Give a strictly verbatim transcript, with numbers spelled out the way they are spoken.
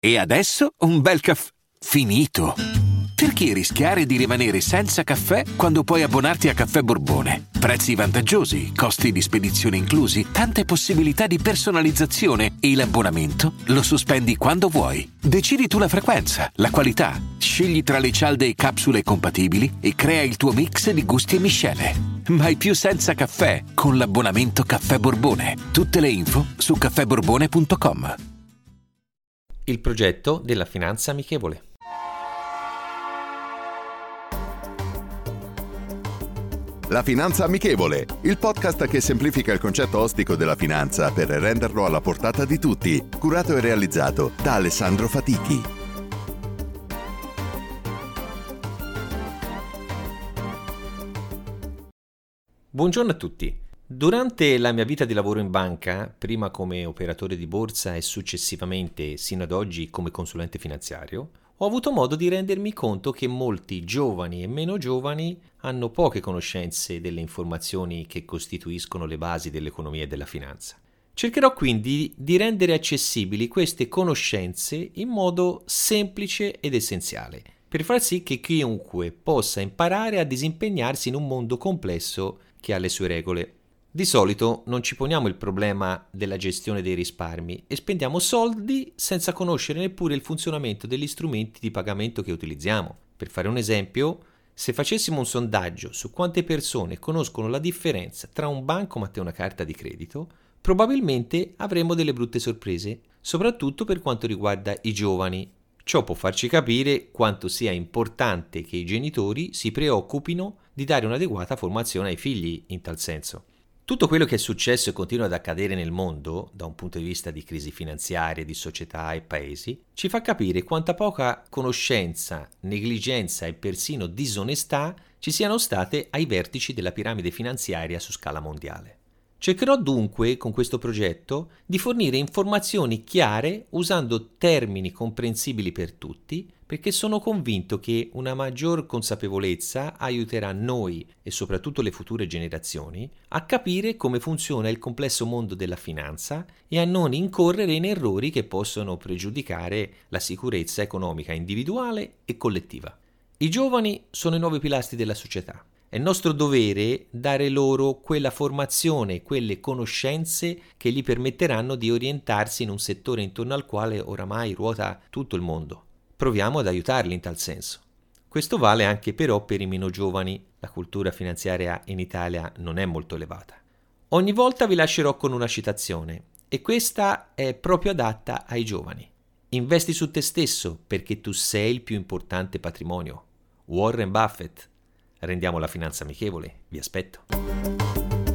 E adesso un bel caffè finito. Perché rischiare di rimanere senza caffè quando puoi abbonarti a Caffè Borbone? Prezzi vantaggiosi, costi di spedizione inclusi, tante possibilità di personalizzazione e l'abbonamento lo sospendi quando vuoi. Decidi tu la frequenza, la qualità, scegli tra le cialde e capsule compatibili e crea il tuo mix di gusti e miscele. Mai più senza caffè con l'abbonamento Caffè Borbone. Tutte le info su caffè borbone punto com. Il progetto della finanza amichevole. La Finanza Amichevole, il podcast che semplifica il concetto ostico della finanza per renderlo alla portata di tutti, curato e realizzato da Alessandro Fatichi. Buongiorno a tutti. Durante la mia vita di lavoro in banca, prima come operatore di borsa e successivamente sino ad oggi come consulente finanziario, ho avuto modo di rendermi conto che molti giovani e meno giovani hanno poche conoscenze delle informazioni che costituiscono le basi dell'economia e della finanza. Cercherò quindi di rendere accessibili queste conoscenze in modo semplice ed essenziale, per far sì che chiunque possa imparare a disimpegnarsi in un mondo complesso che ha le sue regole. Di solito non ci poniamo il problema della gestione dei risparmi e spendiamo soldi senza conoscere neppure il funzionamento degli strumenti di pagamento che utilizziamo. Per fare un esempio, se facessimo un sondaggio su quante persone conoscono la differenza tra un bancomat e una carta di credito, probabilmente avremo delle brutte sorprese, soprattutto per quanto riguarda i giovani. Ciò può farci capire quanto sia importante che i genitori si preoccupino di dare un'adeguata formazione ai figli in tal senso. Tutto quello che è successo e continua ad accadere nel mondo, da un punto di vista di crisi finanziarie, di società e paesi, ci fa capire quanta poca conoscenza, negligenza e persino disonestà ci siano state ai vertici della piramide finanziaria su scala mondiale. Cercherò dunque, con questo progetto, di fornire informazioni chiare usando termini comprensibili per tutti, perché sono convinto che una maggior consapevolezza aiuterà noi e soprattutto le future generazioni a capire come funziona il complesso mondo della finanza e a non incorrere in errori che possono pregiudicare la sicurezza economica individuale e collettiva. I giovani sono i nuovi pilastri della società. È nostro dovere dare loro quella formazione e quelle conoscenze che gli permetteranno di orientarsi in un settore intorno al quale oramai ruota tutto il mondo. Proviamo ad aiutarli in tal senso. Questo vale anche però per i meno giovani. La cultura finanziaria in Italia non è molto elevata. Ogni volta vi lascerò con una citazione e questa è proprio adatta ai giovani. Investi su te stesso perché tu sei il più importante patrimonio. Warren Buffett. Rendiamo la finanza amichevole. Vi aspetto.